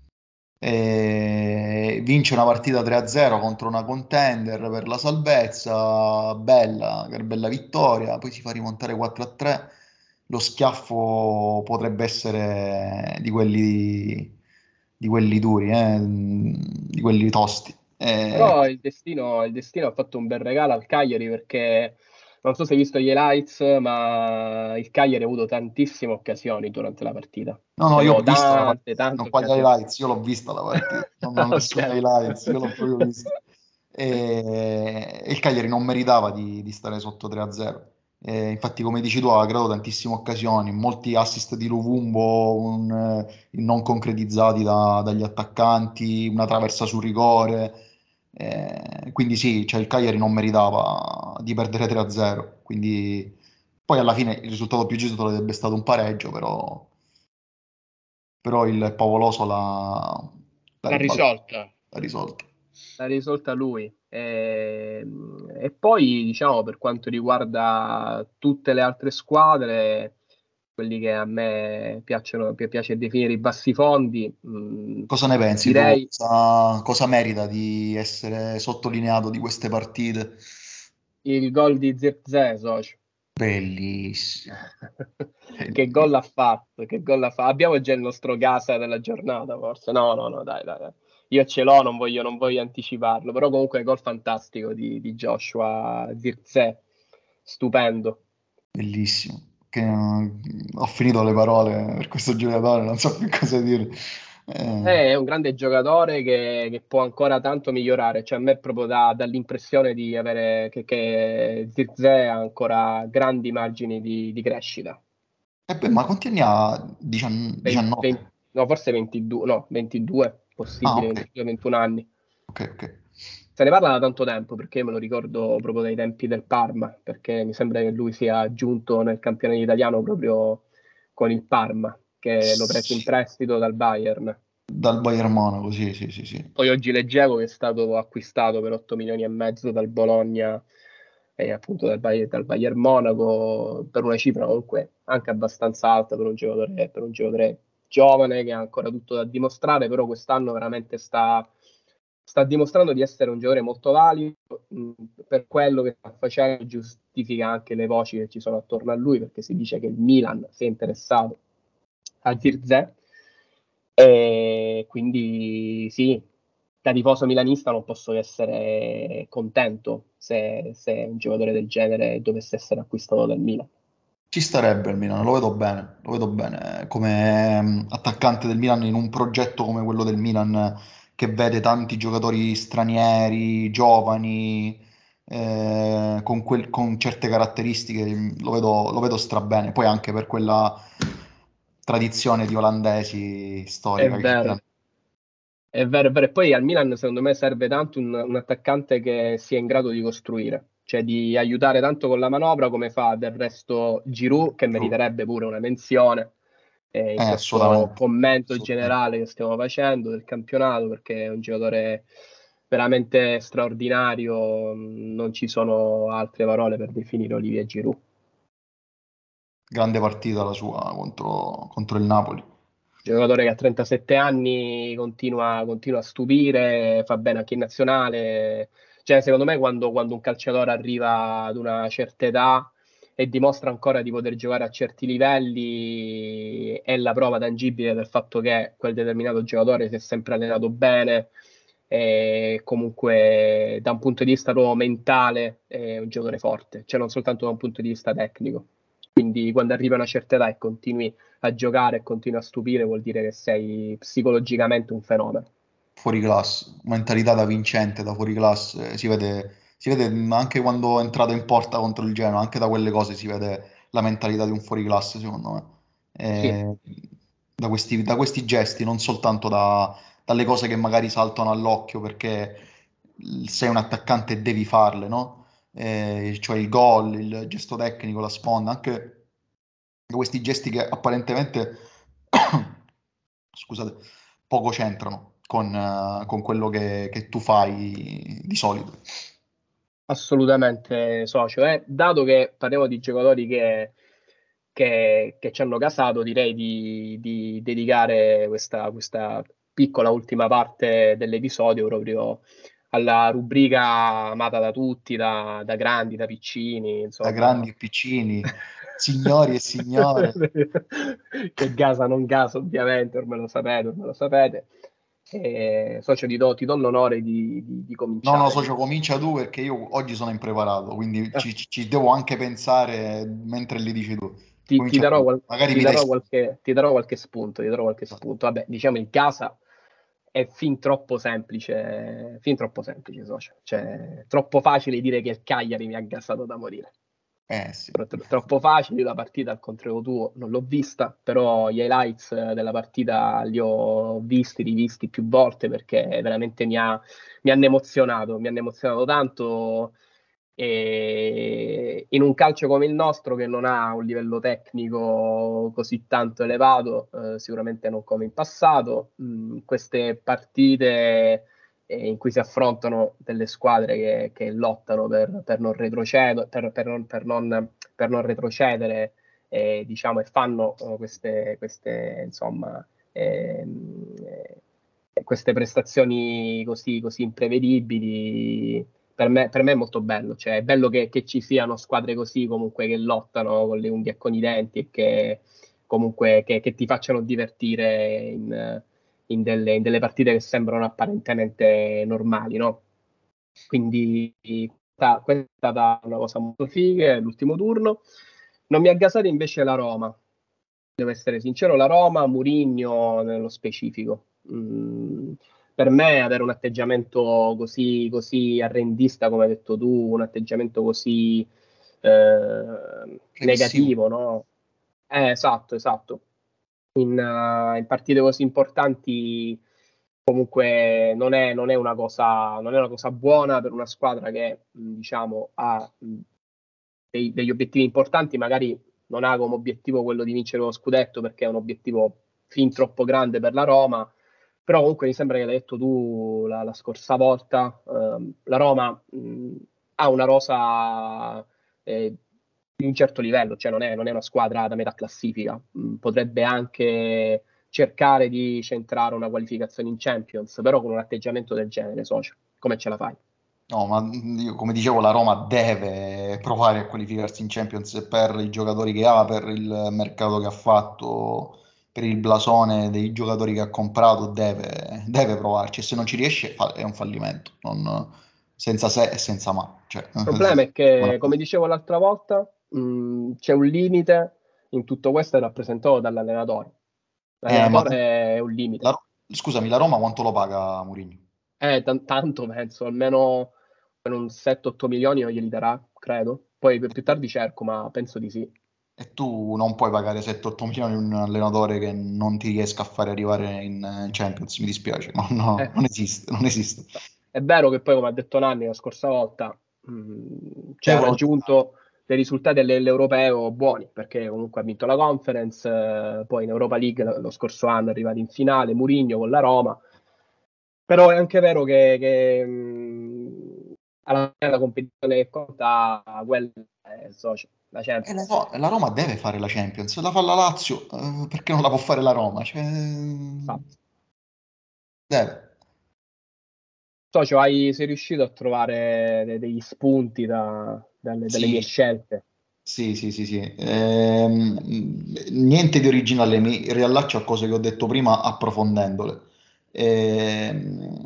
e vince una partita tre a zero contro una contender per la salvezza, bella, che bella vittoria, poi si fa rimontare quattro a tre, lo schiaffo potrebbe essere di quelli, di quelli duri, eh, di quelli tosti. Eh, Però il destino, il destino ha fatto un bel regalo al Cagliari, perché non so se hai visto gli highlights, ma il Cagliari ha avuto tantissime occasioni durante la partita. No, no, Cioè, io ho proprio visto la tante, partita, non tante quali occasioni. highlights, io l'ho vista la partita, non ho nessun Ok. highlights, io l'ho proprio vista. E, e il Cagliari non meritava di, di stare sotto tre a zero. E infatti, come dici tu, ha creato tantissime occasioni, molti assist di Luvumbo, un, eh, non concretizzati da- dagli attaccanti, una traversa sul rigore. Eh, quindi sì, cioè il Cagliari non meritava di perdere tre a zero. Quindi poi alla fine il risultato più giusto sarebbe stato un pareggio, però però il Favoloso l'ha l'ha L'ha ribaltato, risolta. l'ha risolto. L'ha risolta lui. E, e poi, diciamo, per quanto riguarda tutte le altre squadre, quelli che a me piacciono, pi- piace definire i bassifondi, mh, Cosa ne pensi tu? direi Cosa, cosa merita di essere sottolineato di queste partite? il gol di Zirkzee, socio. Bellissimo, Che gol bellissimo. ha fatto? Che gol ha fatto? Abbiamo già il nostro Gasa della giornata, forse? No, no, no, dai, dai, dai. Io ce l'ho, non voglio, non voglio anticiparlo, però comunque gol fantastico di, di Joshua Zirkzee, stupendo. Bellissimo. Che, eh, ho finito le parole per questo giocatore, non so più cosa dire. Eh, È un grande giocatore che, che può ancora tanto migliorare, cioè a me proprio dà, dà l'impressione di avere che, che Zirkzee ha ancora grandi margini di, di crescita. e beh, ma quanti anni ha? venti, diciannove? venti no, forse ventidue, no, ventidue, Ah, possibile, ok, ventidue ventuno anni. ok, ok. Se ne parla da tanto tempo, perché me lo ricordo proprio dai tempi del Parma, perché mi sembra che lui sia giunto nel campionato italiano proprio con il Parma, che lo prese in Sì, prestito dal Bayern. dal Bayern Monaco, sì, sì, sì, sì. Poi oggi leggevo che è stato acquistato per otto milioni e mezzo dal Bologna e appunto dal, Bay- dal Bayern Monaco, per una cifra comunque anche abbastanza alta per un giocatore, per un giocatore giovane che ha ancora tutto da dimostrare, però quest'anno veramente sta, sta dimostrando di essere un giocatore molto valido. Mh, per quello che sta facendo giustifica anche le voci che ci sono attorno a lui, perché si dice che il Milan si è interessato a Zirkzee. E quindi sì, da tifoso milanista non posso che essere contento se, se un giocatore del genere dovesse essere acquistato dal Milan. Ci starebbe il Milan, lo vedo bene, lo vedo bene come mm, attaccante del Milan in un progetto come quello del Milan eh, che vede tanti giocatori stranieri, giovani, eh, con, quel- con certe caratteristiche, mm, lo vedo, lo vedo strabene. Poi anche per quella tradizione di olandesi È storica che il vero, Milan. è vero, è vero. E poi al Milan secondo me serve tanto un, un attaccante che sia in grado di costruire, cioè di aiutare tanto con la manovra come fa del resto Giroud, che Giù. meriterebbe pure una menzione eh, in Eh, questo assolutamente, commento assolutamente. generale che stiamo facendo del campionato, perché è un giocatore veramente straordinario, non ci sono altre parole per definire Olivier Giroud. Grande partita la sua contro, contro il Napoli. Giocatore che a trentasette anni continua, continua a stupire, fa bene anche in nazionale. Cioè, secondo me, quando, quando un calciatore arriva ad una certa età e dimostra ancora di poter giocare a certi livelli, è la prova tangibile del fatto che quel determinato giocatore si è sempre allenato bene e comunque da un punto di vista proprio mentale è un giocatore forte, cioè non soltanto da un punto di vista tecnico. Quindi quando arriva a una certa età e continui a giocare e continui a stupire, vuol dire che sei psicologicamente un fenomeno. Fuori classe, mentalità da vincente, da fuori classe, si vede, si vede anche quando è entrato in porta contro il Genoa, anche da quelle cose si vede la mentalità di un fuori classe, secondo me. Sì, E da questi, da questi gesti, non soltanto da- dalle cose che magari saltano all'occhio perché sei un attaccante e devi farle, no? Eh, cioè il gol, il gesto tecnico, la sponda, anche questi gesti che apparentemente, scusate, poco c'entrano con, eh, con quello che, che tu fai di solito. assolutamente socio. Eh, dato che parliamo di giocatori che, che- che ci hanno casato, direi di, di dedicare questa, questa piccola ultima parte dell'episodio proprio alla rubrica amata da tutti, da, da grandi, da piccini, Da insomma. grandi e piccini, signori e signore. Che gasa non gasa, ovviamente, ormai lo sapete, ormai lo sapete. E, socio, ti do, ti do l'onore di, di- di No, no, cominciare. socio, comincia tu perché io oggi sono impreparato, quindi ci, ci- ci devo anche pensare mentre li dici tu. ti, ti Comincia darò, tu, qual- magari ti mi dai darò spunto. qualche, ti darò qualche spunto, ti darò qualche spunto. Vabbè, diciamo il casa è fin troppo semplice, fin troppo semplice, socio. Cioè, troppo facile dire che il Cagliari mi ha gassato da morire. Eh sì. Tro- tro- Troppo facile, la partita al contrario tuo non l'ho vista, però gli highlights eh, della partita li ho visti, rivisti più volte perché veramente mi ha, mi hanno emozionato, mi hanno emozionato tanto e in un calcio come il nostro che non ha un livello tecnico così tanto elevato, eh, sicuramente non come in passato, mh, queste partite eh, in cui si affrontano delle squadre che, che lottano per, per non retrocedere, per, per non, per non- per non retrocedere, eh, diciamo, e fanno eh, queste, queste, insomma, ehm, eh, queste prestazioni così, così imprevedibili. Per me, per me è molto bello, cioè è bello che, che ci siano squadre così comunque che lottano con le unghie e con i denti e che comunque che, che ti facciano divertire in, in delle, in delle partite che sembrano apparentemente normali, no? Quindi questa, questa è stata una cosa molto figa, l'ultimo turno. Non mi ha gasato invece la Roma, devo essere sincero, la Roma, Mourinho nello specifico. Mm, per me avere un atteggiamento così, così arrendista, come hai detto tu, un atteggiamento così eh, Remissivo. negativo, no? Eh, esatto, esatto. In, eh, in partite così importanti comunque non è, non è una cosa, non è una cosa buona per una squadra che, mh, diciamo, ha mh, dei- degli obiettivi importanti, magari non ha come obiettivo quello di vincere lo scudetto perché è un obiettivo fin troppo grande per la Roma, però comunque mi sembra che l'hai detto tu la, la scorsa volta, ehm, la Roma mh, ha una rosa eh, di un certo livello, cioè non è, non è una squadra da metà classifica. Mh, potrebbe anche cercare di centrare una qualificazione in Champions, però con un atteggiamento del genere, socio, come ce la fai? No, ma io, come dicevo, la Roma deve provare a qualificarsi in Champions per i giocatori che ha, per il mercato che ha fatto, per il blasone dei giocatori che ha comprato, deve, deve provarci. E se non ci riesce fa- è un fallimento, non- senza se e senza ma. Cioè, Il problema è non che, ha- come dicevo l'altra volta, mh, c'è un limite in tutto questo è rappresentato dall'allenatore. eh, ma L'allenatore è un la, limite. Ro- scusami, la Roma quanto lo paga Mourinho? Eh, tan- tanto penso, almeno per un sette otto milioni non glieli darà, credo. Poi più più tardi cerco, ma penso di sì. E tu non puoi pagare sette otto milioni a un allenatore che non ti riesca a fare arrivare in in Champions, mi dispiace, ma no, Eh, non esiste, non esiste. È vero che poi, come ha detto Nanni la scorsa volta, mh, cioè, ha Devono giocare. raggiunto dei risultati all'europeo buoni, perché comunque ha vinto la Conference, eh, poi in Europa League lo lo scorso anno è arrivato in finale, Mourinho con la Roma, Però è anche vero che, che mh, alla fine la competizione che conta, quella è il socio, la E la, Champions. Ro- la Roma deve fare la Champions, la fa la Lazio, eh, perché non la può fare la Roma? Cioè, Infatti. deve. Socio, hai, sei riuscito a trovare de- degli spunti da- dalle, dalle mie Sì, scelte? sì, sì, sì, sì. Ehm, niente di originale, mi riallaccio a cose che ho detto prima approfondendole. Ehm,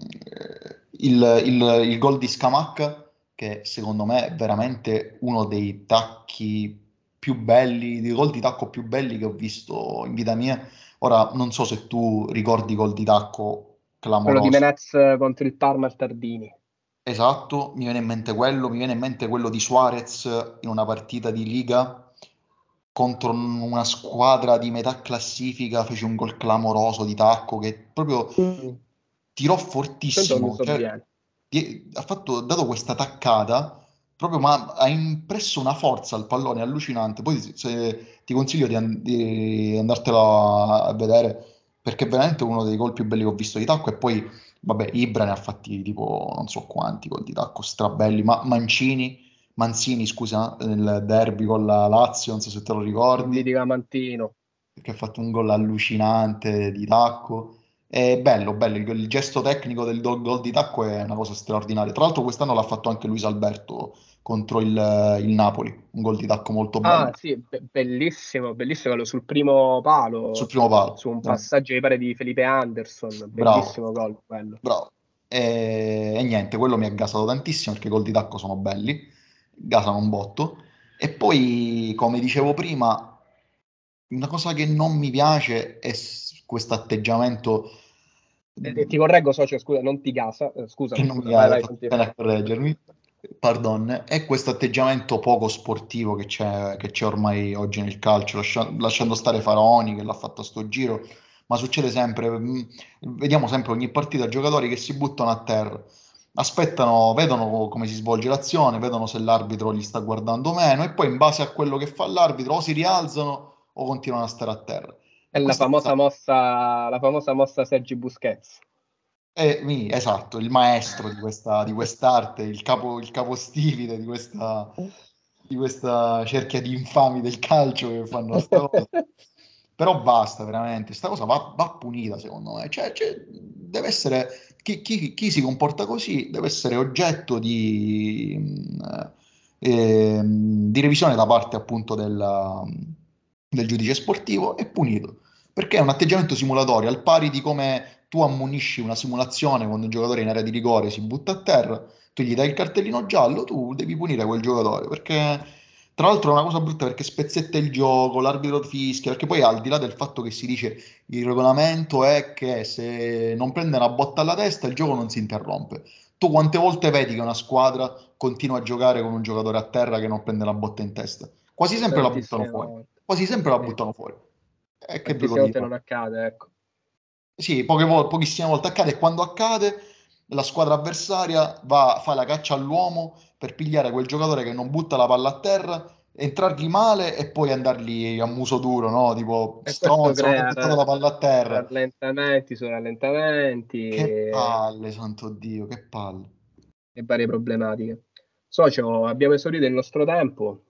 il, il, il gol di Scamacca, che secondo me è veramente uno dei tacchi più belli, dei gol di tacco più belli che ho visto in vita mia. Ora, non so se tu ricordi gol di tacco Quello di clamorosi. Menez contro il Parma al Tardini. Esatto, mi viene in mente quello, mi viene in mente quello di Suarez in una partita di Liga contro una squadra di metà classifica, fece un gol clamoroso di tacco che proprio Mm. tirò Questo non mi fortissimo, cioè sovviene. di- ha fatto, dato questa taccata, proprio ma ha impresso una forza al pallone allucinante. Poi se- ti consiglio di, an- di andartelo a vedere perché è veramente uno dei gol più belli che ho visto di tacco e poi vabbè, Ibra ne ha fatti tipo non so quanti gol di tacco strabelli, ma Mancini, Manzini, scusa, nel derby con la Lazio, non so se te lo Il ricordi, Litigamantino. perché ha fatto un gol allucinante di tacco. È bello, bello, il, il gesto tecnico del do- gol di tacco è una cosa straordinaria. Tra l'altro quest'anno l'ha fatto anche Luis Alberto contro il, il Napoli, un gol di tacco molto bello, Ah, sì, be- bellissimo, bellissimo quello sul primo sul palo, primo su palo. un Eh, passaggio, mi pare, di Felipe Anderson. bravo, Bellissimo gol quello. bravo. E, e niente, quello mi ha gasato tantissimo perché i gol di tacco sono belli, gasano un botto. E poi, come dicevo prima, una cosa che non mi piace è questo atteggiamento E, e ti correggo, socio, scusa, non ti gasa, eh, che scusami, non mi scusa, vai, ha vai, fatto continua. bene a correggermi, pardon, è questo atteggiamento poco sportivo che c'è che c'è ormai oggi nel calcio, lascia- lasciando stare Faraoni che l'ha fatto a sto giro, ma succede sempre, mh, vediamo sempre ogni partita giocatori che si buttano a terra, aspettano, vedono come si svolge l'azione, vedono se l'arbitro li sta guardando o meno e poi in base a quello che fa l'arbitro o si rialzano o continuano a stare a terra. È E la questa cosa famosa mossa, la famosa mossa Sergi Busquets. è mi- esatto, il maestro di questa, di quest'arte, il capo, il capostipite di questa, di questa cerchia di infami del calcio che fanno sta cosa. Però basta, veramente, sta cosa va, va punita secondo me. Cioè, cioè, deve essere, chi, chi- chi si comporta così deve essere oggetto di, mh, ehm, di revisione da parte appunto della- del giudice sportivo e punito perché è un atteggiamento simulatorio, al pari di come tu ammonisci una simulazione quando un giocatore in area di rigore si butta a terra, tu gli dai il cartellino giallo, tu devi punire quel giocatore, perché tra l'altro è una cosa brutta perché spezzetta il gioco, l'arbitro fischia, perché poi al di là del fatto che si dice il regolamento è che se non prende una botta alla testa il gioco non si interrompe. Tu quante volte vedi che una squadra continua a giocare con un giocatore a terra che non prende la botta in testa? Quasi sempre la buttano Tantissime fuori. volte. Quasi sempre la Sì, buttano fuori. E che ve lo tantissime volte dico? non accade, ecco. Sì, poche volte, pochissime volte accade e quando accade la squadra avversaria va, fa la caccia all'uomo per pigliare quel giocatore che non butta la palla a terra, entrargli male e poi andargli a muso duro, no? Tipo, E questo stronzo, non hai crea buttato la ra- palla a terra. rallentamenti su rallentamenti Che e, palle, santo Dio, che palle. e varie problematiche. Socio, abbiamo esaurito il nostro tempo,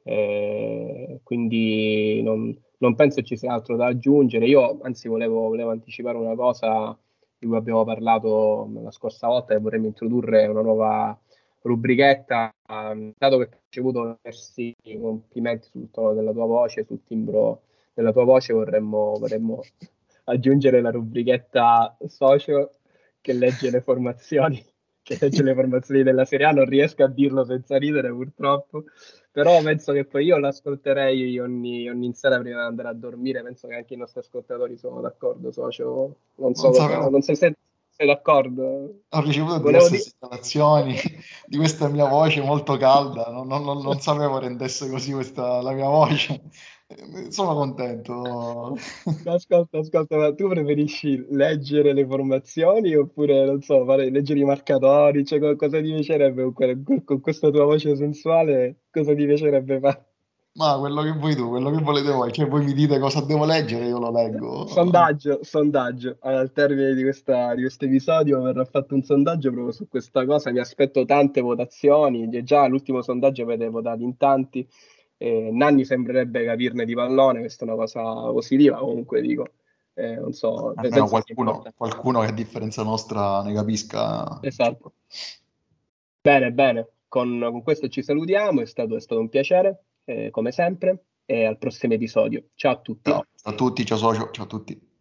eh, quindi non, non penso ci sia altro da aggiungere. Io, anzi, volevo, volevo anticipare una cosa di cui abbiamo parlato la scorsa volta e vorremmo introdurre una nuova rubrichetta. ehm, dato che ho ricevuto diversi complimenti sul tono della tua voce, sul timbro della tua voce, vorremmo, vorremmo aggiungere la rubrichetta socio che legge le formazioni, che legge le formazioni della Serie A. Non riesco a dirlo senza ridere, purtroppo. Però penso che poi io l'ascolterei ogni, ogni sera prima di andare a dormire. Penso che anche i nostri ascoltatori sono d'accordo, socio. Non so Non cosa, sapevo, non so se sei d'accordo. ho ricevuto Volevo diverse dire. segnalazioni di questa mia voce molto calda, non, non- non- non sapevo rendesse così questa, la mia voce. Eh, Sono contento. Ascolta, ascolta, ma tu preferisci leggere le formazioni oppure, non so, fare, leggere i marcatori? Cioè, co- cosa ti piacerebbe con, quella- con- con questa tua voce sensuale? Cosa ti piacerebbe fare? Ma quello che vuoi tu, quello che volete voi, cioè voi mi dite cosa devo leggere, io lo leggo. Sondaggio, sondaggio. Al termine di questa, di questo episodio verrà fatto un sondaggio proprio su questa cosa. Mi aspetto tante votazioni. E già l'ultimo sondaggio avete votato in tanti. Eh, Nanni sembrerebbe capirne di pallone, questa è una cosa positiva. Comunque dico, eh, non so, Almeno penso sia qualcuno, importante. qualcuno che a differenza nostra ne capisca. Cioè, Esatto. Bene, bene. Con, con questo ci salutiamo. È stato, è stato un piacere, eh, come sempre. E al prossimo episodio. Ciao a tutti. ciao a tutti, ciao socio, ciao a tutti.